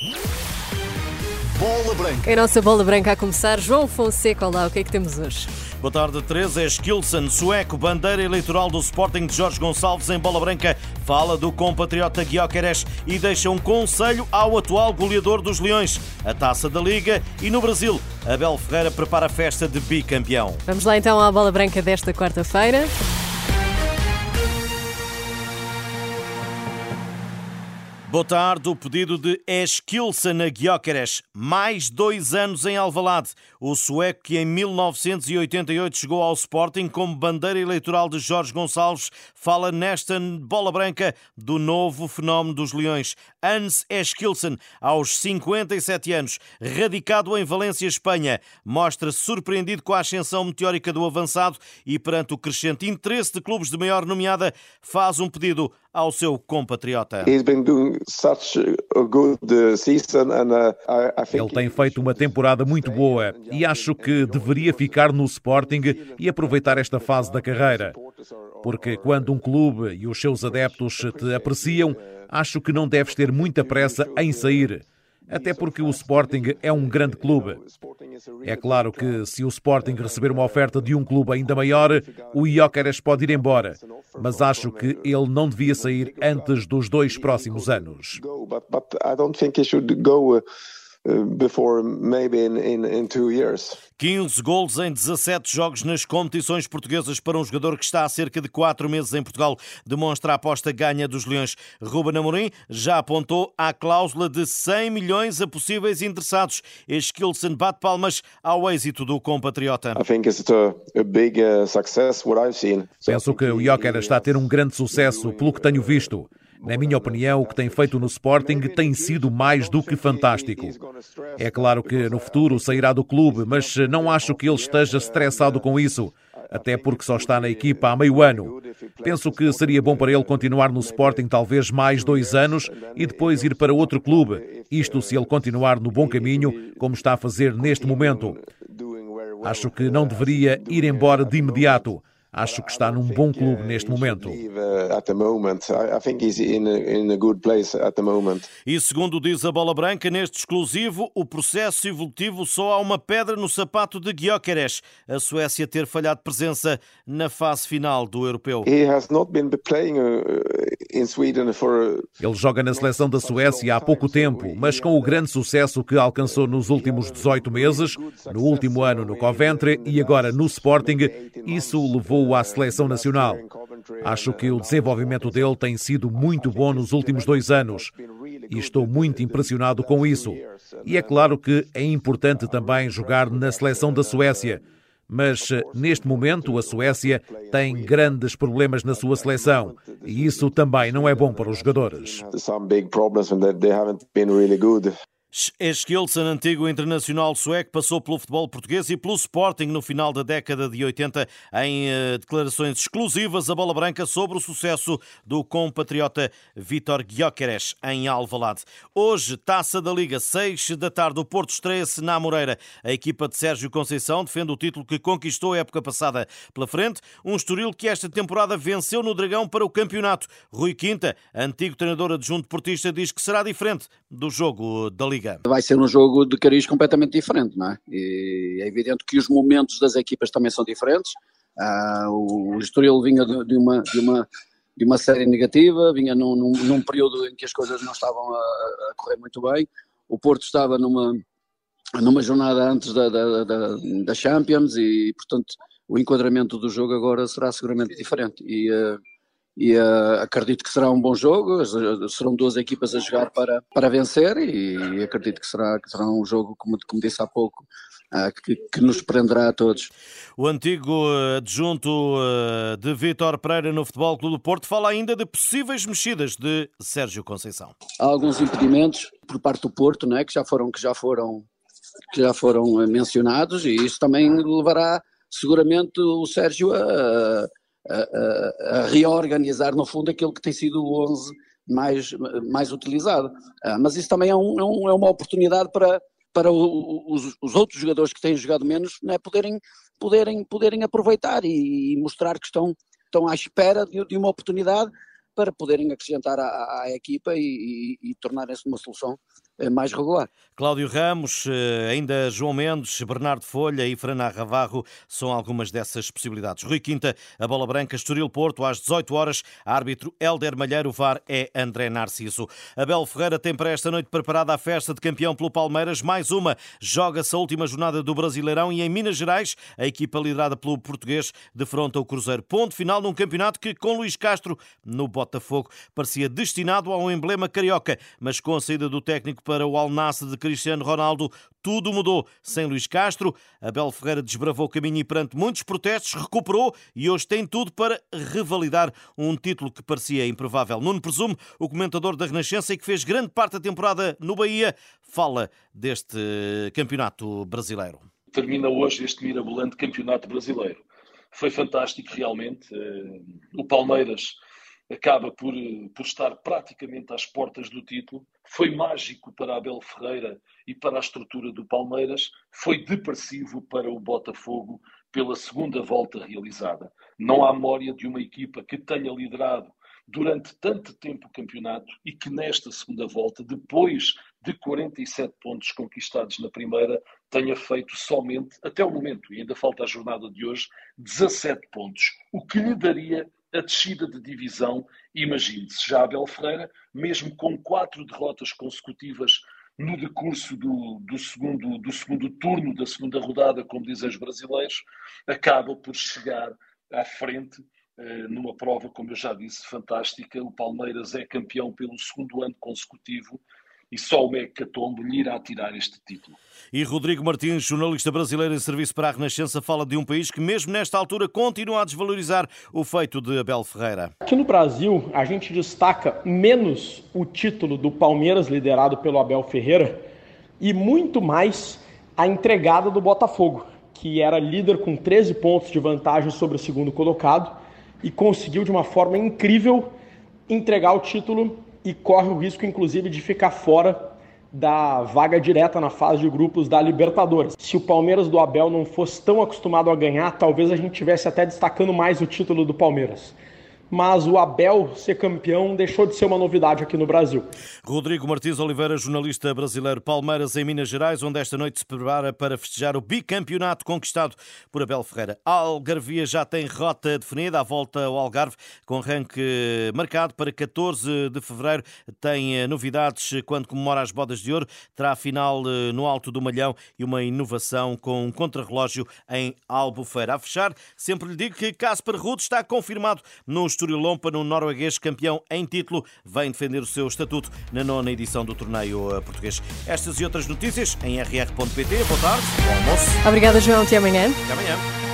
Bola Branca. Em nossa Bola Branca a começar, João Fonseca, olá, o que é que temos hoje? Boa tarde, Teresa. Eskilsson, sueco, bandeira eleitoral do Sporting de Jorge Gonçalves em Bola Branca, fala do compatriota Gyökeres e deixa um conselho ao atual goleador dos Leões, a Taça da Liga, e no Brasil, Abel Ferreira prepara a festa de bicampeão. Vamos lá então à Bola Branca desta quarta-feira. Boa tarde. O pedido de Eskilsson a Gyökeres. Mais 2 anos em Alvalade. O sueco que em 1988 chegou ao Sporting como bandeira eleitoral de Jorge Gonçalves fala nesta Bola Branca do novo fenómeno dos Leões. Hans Eskilsson, aos 57 anos, radicado em Valência, Espanha, mostra-se surpreendido com a ascensão meteórica do avançado e perante o crescente interesse de clubes de maior nomeada, faz um pedido ao seu compatriota. Ele tem feito uma temporada muito boa e acho que deveria ficar no Sporting e aproveitar esta fase da carreira. Porque quando um clube e os seus adeptos te apreciam, acho que não deves ter muita pressa em sair. Até porque o Sporting é um grande clube. É claro que se o Sporting receber uma oferta de um clube ainda maior, o Gyökeres pode ir embora. Mas acho que ele não devia sair antes dos 2 próximos anos. Before maybe in 2 years. 15 golos em 17 jogos nas competições portuguesas para um jogador que está há cerca de 4 meses em Portugal. Demonstra a aposta ganha dos Leões. Ruben Amorim já apontou à cláusula de 100 milhões a possíveis interessados. Eskilsson bate palmas ao êxito do compatriota. Penso que o Gyökeres está a ter um grande sucesso, pelo que tenho visto. Na minha opinião, o que tem feito no Sporting tem sido mais do que fantástico. É claro que no futuro sairá do clube, mas não acho que ele esteja estressado com isso, até porque só está na equipa há meio ano. Penso que seria bom para ele continuar no Sporting talvez mais 2 anos e depois ir para outro clube. Isto se ele continuar no bom caminho, como está a fazer neste momento. Acho que não deveria ir embora de imediato. Acho que está num bom clube neste momento. E segundo diz a Bola Branca, neste exclusivo, o processo evolutivo só há uma pedra no sapato de Gyökeres. A Suécia ter falhado presença na fase final do Europeu. Ele joga na seleção da Suécia há pouco tempo, mas com o grande sucesso que alcançou nos últimos 18 meses, no último ano no Coventry e agora no Sporting, isso levou à seleção nacional. Acho que o desenvolvimento dele tem sido muito bom nos últimos 2 anos e estou muito impressionado com isso. E é claro que é importante também jogar na seleção da Suécia, mas neste momento a Suécia tem grandes problemas na sua seleção e isso também não é bom para os jogadores. Eskilsson, antigo internacional sueco, passou pelo futebol português e pelo Sporting no final da década de 80 em declarações exclusivas à Bola Branca sobre o sucesso do compatriota Vítor Gyökeres em Alvalade. Hoje, Taça da Liga, 6 da tarde, o Porto estreia-se na Amoreira. A equipa de Sérgio Conceição defende o título que conquistou a época passada pela frente. Um Estoril que esta temporada venceu no Dragão para o campeonato. Rui Quinta, antigo treinador adjunto portista, diz que será diferente do jogo da Liga. Vai ser um jogo de cariz completamente diferente, não é? E é evidente que os momentos das equipas também são diferentes. O Estoril vinha de uma série negativa, vinha num período em que as coisas não estavam a correr muito bem. O Porto estava numa jornada antes da Champions e, portanto, o enquadramento do jogo agora será seguramente diferente. E acredito que será um bom jogo, serão 2 equipas a jogar para vencer e acredito que será um jogo, como disse há pouco, que nos prenderá a todos. O antigo adjunto de Vítor Pereira no Futebol Clube do Porto fala ainda de possíveis mexidas de Sérgio Conceição. Há alguns impedimentos por parte do Porto, não é? que já foram mencionados e isso também levará seguramente o Sérgio a reorganizar no fundo aquilo que tem sido o 11 mais utilizado, mas isso também é uma oportunidade para os outros jogadores que têm jogado menos, né, poderem aproveitar e mostrar que estão à espera de uma oportunidade para poderem acrescentar à equipa e tornarem-se uma solução mais regular. Cláudio Ramos, ainda João Mendes, Bernardo Folha e Fran Navarro são algumas dessas possibilidades. Rui Quinta, a bola branca, Estoril Porto, às 18 horas, árbitro Hélder Malheiro, VAR é André Narciso. Abel Ferreira tem para esta noite preparada a festa de campeão pelo Palmeiras, mais uma. Joga-se a última jornada do Brasileirão e em Minas Gerais, a equipa liderada pelo português defronta o Cruzeiro. Ponto final num campeonato que, com Luís Castro no Botafogo, parecia destinado ao emblema carioca, mas com a saída do técnico para o Al Nassr de Cristiano Ronaldo, tudo mudou. Sem Luís Castro, Abel Ferreira desbravou o caminho e perante muitos protestos recuperou e hoje tem tudo para revalidar um título que parecia improvável. Nuno Presume, o comentador da Renascença e que fez grande parte da temporada no Bahia, fala deste campeonato brasileiro. Termina hoje este mirabolante campeonato brasileiro. Foi fantástico realmente. O Palmeiras acaba por estar praticamente às portas do título. Foi mágico para Abel Ferreira e para a estrutura do Palmeiras. Foi depressivo para o Botafogo pela segunda volta realizada. Não há memória de uma equipa que tenha liderado durante tanto tempo o campeonato e que nesta segunda volta, depois de 47 pontos conquistados na primeira, tenha feito somente, até o momento, e ainda falta a jornada de hoje, 17 pontos. O que lhe daria a descida de divisão, imagine-se, já Abel Ferreira, mesmo com 4 derrotas consecutivas no decurso do segundo turno, da segunda rodada, como dizem os brasileiros, acaba por chegar à frente numa prova, como eu já disse, fantástica. O Palmeiras é campeão pelo segundo ano consecutivo e só o Mecatombe lhe irá tirar este título. E Rodrigo Martins, jornalista brasileiro em serviço para a Renascença, fala de um país que mesmo nesta altura continua a desvalorizar o feito de Abel Ferreira. Aqui no Brasil, a gente destaca menos o título do Palmeiras, liderado pelo Abel Ferreira, e muito mais a entregada do Botafogo, que era líder com 13 pontos de vantagem sobre o segundo colocado e conseguiu de uma forma incrível entregar o título e corre o risco, inclusive, de ficar fora da vaga direta na fase de grupos da Libertadores. Se o Palmeiras do Abel não fosse tão acostumado a ganhar, talvez a gente tivesse até destacando mais o título do Palmeiras. Mas o Abel ser campeão deixou de ser uma novidade aqui no Brasil. Rodrigo Martins Oliveira, jornalista brasileiro. Palmeiras em Minas Gerais, onde esta noite se prepara para festejar o bicampeonato conquistado por Abel Ferreira. A Algarvia já tem rota definida, à volta ao Algarve, com arranque marcado para 14 de fevereiro. Tem novidades quando comemora as bodas de ouro. Terá a final no Alto do Malhão e uma inovação com um contrarrelógio em Albufeira. A fechar, sempre lhe digo que Casper Ruud está confirmado no Estoril Lompa, no norueguês campeão em título, vem defender o seu estatuto na 9ª edição do torneio português. Estas e outras notícias em rr.pt. Boa tarde, bom almoço. Obrigada, João. Até amanhã. Até amanhã.